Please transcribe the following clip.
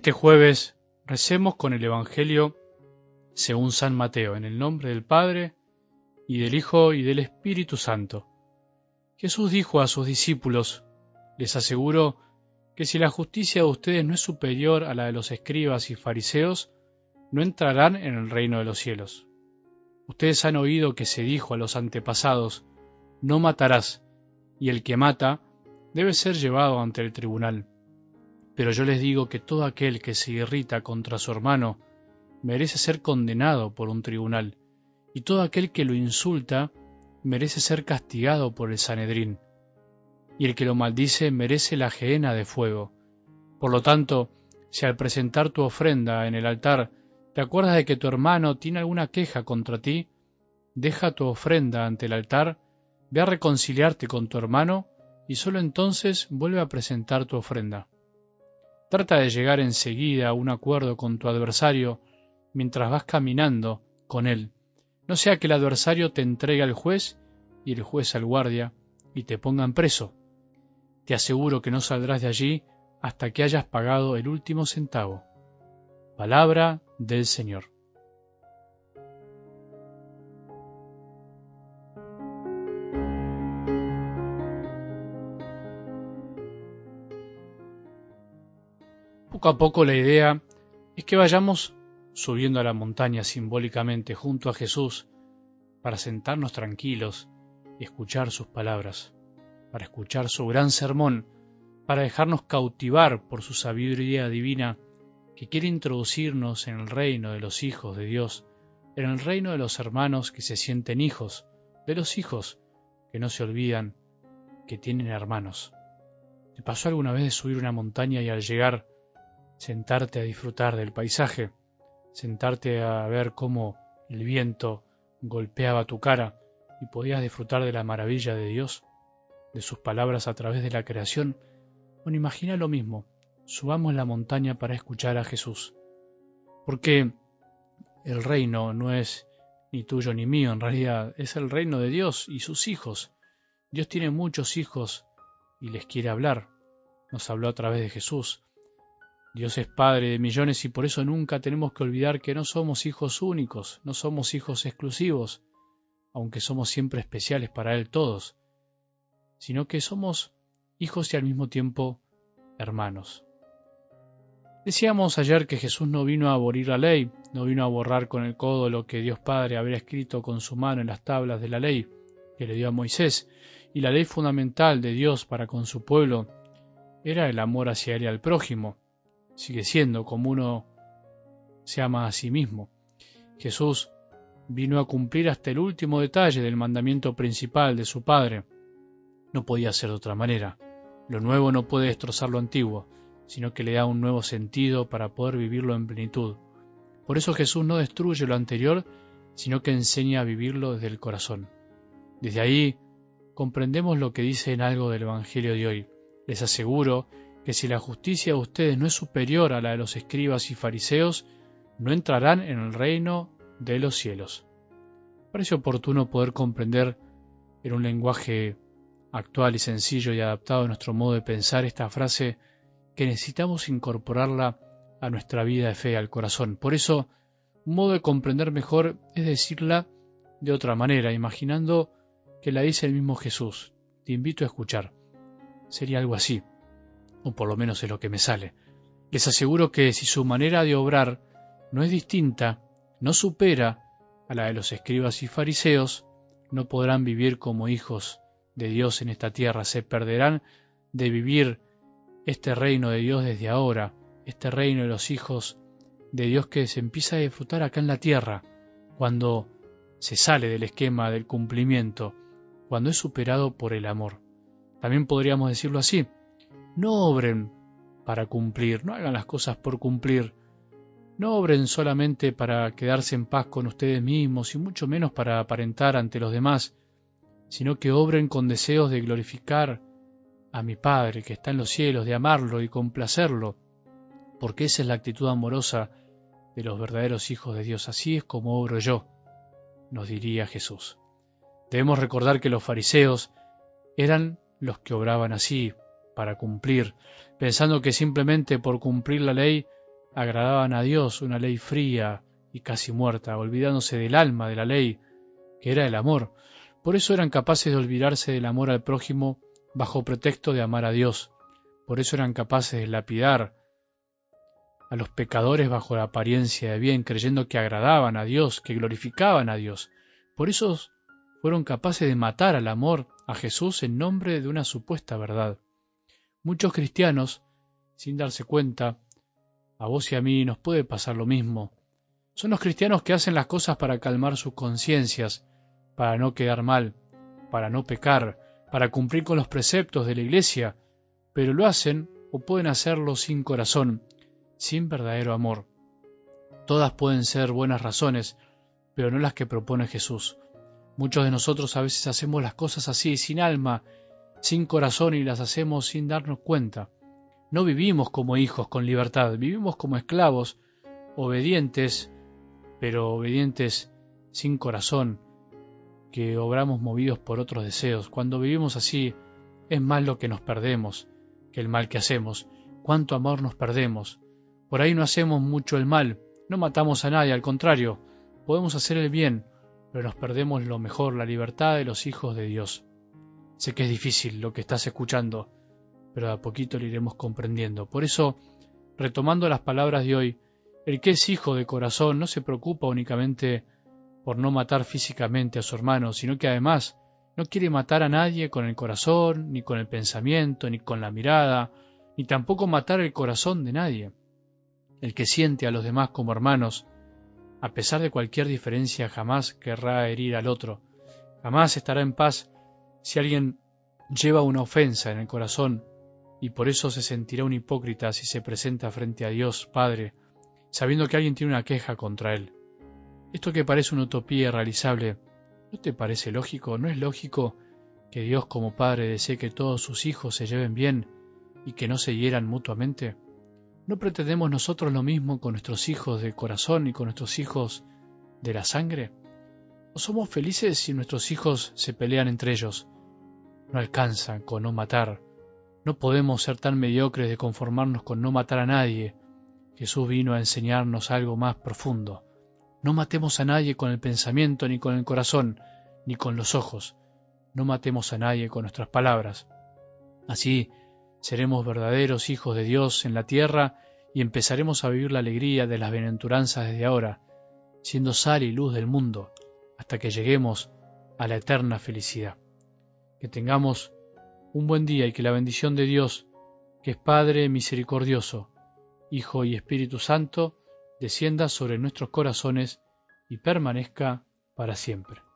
este jueves recemos con el Evangelio según San Mateo, en el nombre del Padre, y del Hijo, y del Espíritu Santo. Jesús dijo a sus discípulos: les aseguro que si la justicia de ustedes no es superior a la de los escribas y fariseos, no entrarán en el reino de los cielos. Ustedes han oído que se dijo a los antepasados: no matarás, y el que mata debe ser llevado ante el tribunal. Pero yo les digo que todo aquel que se irrita contra su hermano merece ser condenado por un tribunal, y todo aquel que lo insulta merece ser castigado por el Sanedrín, y el que lo maldice merece la gehenna de fuego. Por lo tanto, si al presentar tu ofrenda en el altar te acuerdas de que tu hermano tiene alguna queja contra ti, deja tu ofrenda ante el altar, ve a reconciliarte con tu hermano, y sólo entonces vuelve a presentar tu ofrenda. Trata de llegar enseguida a un acuerdo con tu adversario mientras vas caminando con él. No sea que el adversario te entregue al juez y el juez al guardia y te pongan preso. Te aseguro que no saldrás de allí hasta que hayas pagado el último centavo. Palabra del Señor. Poco a poco la idea es que vayamos subiendo a la montaña simbólicamente junto a Jesús para sentarnos tranquilos y escuchar sus palabras, para escuchar su gran sermón, para dejarnos cautivar por su sabiduría divina que quiere introducirnos en el reino de los hijos de Dios, en el reino de los hermanos que se sienten hijos, de los hijos que no se olvidan que tienen hermanos. ¿Te pasó alguna vez de subir una montaña y al llegar sentarte a disfrutar del paisaje, sentarte a ver cómo el viento golpeaba tu cara y podías disfrutar de la maravilla de Dios, de sus palabras a través de la creación? Bueno, imagina lo mismo, subamos la montaña para escuchar a Jesús, porque el reino no es ni tuyo ni mío, en realidad es el reino de Dios y sus hijos. Dios tiene muchos hijos y les quiere hablar, nos habló a través de Jesús. Dios es Padre de millones y por eso nunca tenemos que olvidar que no somos hijos únicos, no somos hijos exclusivos, aunque somos siempre especiales para Él todos, sino que somos hijos y al mismo tiempo hermanos. Decíamos ayer que Jesús no vino a abolir la ley, no vino a borrar con el codo lo que Dios Padre había escrito con su mano en las tablas de la ley que le dio a Moisés, y la ley fundamental de Dios para con su pueblo era el amor hacia Él y al prójimo. Sigue siendo como uno se ama a sí mismo. Jesús vino a cumplir hasta el último detalle del mandamiento principal de su Padre. No podía ser de otra manera. Lo nuevo no puede destrozar lo antiguo, sino que le da un nuevo sentido para poder vivirlo en plenitud. Por eso Jesús no destruye lo anterior, sino que enseña a vivirlo desde el corazón. Desde ahí comprendemos lo que dice en algo del Evangelio de hoy. Les aseguro que si la justicia de ustedes no es superior a la de los escribas y fariseos, no entrarán en el reino de los cielos. Parece oportuno poder comprender en un lenguaje actual y sencillo y adaptado a nuestro modo de pensar esta frase que necesitamos incorporarla a nuestra vida de fe, al corazón. Por eso, un modo de comprender mejor es decirla de otra manera, imaginando que la dice el mismo Jesús. Te invito a escuchar. Sería algo así, o por lo menos es lo que me sale. Les aseguro que si su manera de obrar no es distinta, no supera a la de los escribas y fariseos, no podrán vivir como hijos de Dios en esta tierra, se perderán de vivir este reino de Dios desde ahora, este reino de los hijos de Dios que se empieza a disfrutar acá en la tierra, cuando se sale del esquema del cumplimiento, cuando es superado por el amor. También podríamos decirlo así: no obren para cumplir, no hagan las cosas por cumplir, no obren solamente para quedarse en paz con ustedes mismos y mucho menos para aparentar ante los demás, sino que obren con deseos de glorificar a mi Padre que está en los cielos, de amarlo y complacerlo, porque esa es la actitud amorosa de los verdaderos hijos de Dios. Así es como obro yo, nos diría Jesús. Debemos recordar que los fariseos eran los que obraban así, para cumplir, pensando que simplemente por cumplir la ley agradaban a Dios, una ley fría y casi muerta, olvidándose del alma de la ley, que era el amor. Por eso eran capaces de olvidarse del amor al prójimo bajo pretexto de amar a Dios. Por eso eran capaces de lapidar a los pecadores bajo la apariencia de bien, creyendo que agradaban a Dios, que glorificaban a Dios. Por eso fueron capaces de matar al amor a Jesús en nombre de una supuesta verdad. Muchos cristianos, sin darse cuenta, a vos y a mí nos puede pasar lo mismo. Son los cristianos que hacen las cosas para calmar sus conciencias, para no quedar mal, para no pecar, para cumplir con los preceptos de la Iglesia, pero lo hacen o pueden hacerlo sin corazón, sin verdadero amor. Todas pueden ser buenas razones, pero no las que propone Jesús. Muchos de nosotros a veces hacemos las cosas así, sin alma, sin corazón, y las hacemos sin darnos cuenta. No vivimos como hijos con libertad, vivimos como esclavos, obedientes, pero obedientes sin corazón, que obramos movidos por otros deseos. Cuando vivimos así, es más lo que nos perdemos que el mal que hacemos. Cuánto amor nos perdemos. Por ahí no hacemos mucho el mal, no matamos a nadie, al contrario, podemos hacer el bien, pero nos perdemos lo mejor, la libertad de los hijos de Dios. Sé que es difícil lo que estás escuchando, pero de a poquito lo iremos comprendiendo. Por eso, retomando las palabras de hoy, el que es hijo de corazón no se preocupa únicamente por no matar físicamente a su hermano, sino que además no quiere matar a nadie con el corazón, ni con el pensamiento, ni con la mirada, ni tampoco matar el corazón de nadie. El que siente a los demás como hermanos, a pesar de cualquier diferencia, jamás querrá herir al otro, jamás estará en paz si alguien lleva una ofensa en el corazón, y por eso se sentirá un hipócrita si se presenta frente a Dios Padre, sabiendo que alguien tiene una queja contra él. Esto que parece una utopía irrealizable, ¿no te parece lógico? ¿No es lógico que Dios como Padre desee que todos sus hijos se lleven bien y que no se hieran mutuamente? ¿No pretendemos nosotros lo mismo con nuestros hijos de corazón y con nuestros hijos de la sangre? ¿O somos felices si nuestros hijos se pelean entre ellos? No alcanzan con no matar. No podemos ser tan mediocres de conformarnos con no matar a nadie. Jesús vino a enseñarnos algo más profundo. No matemos a nadie con el pensamiento, ni con el corazón, ni con los ojos. No matemos a nadie con nuestras palabras. Así seremos verdaderos hijos de Dios en la tierra y empezaremos a vivir la alegría de las bienaventuranzas desde ahora, siendo sal y luz del mundo, hasta que lleguemos a la eterna felicidad. Que tengamos un buen día y que la bendición de Dios, que es Padre misericordioso, Hijo y Espíritu Santo, descienda sobre nuestros corazones y permanezca para siempre.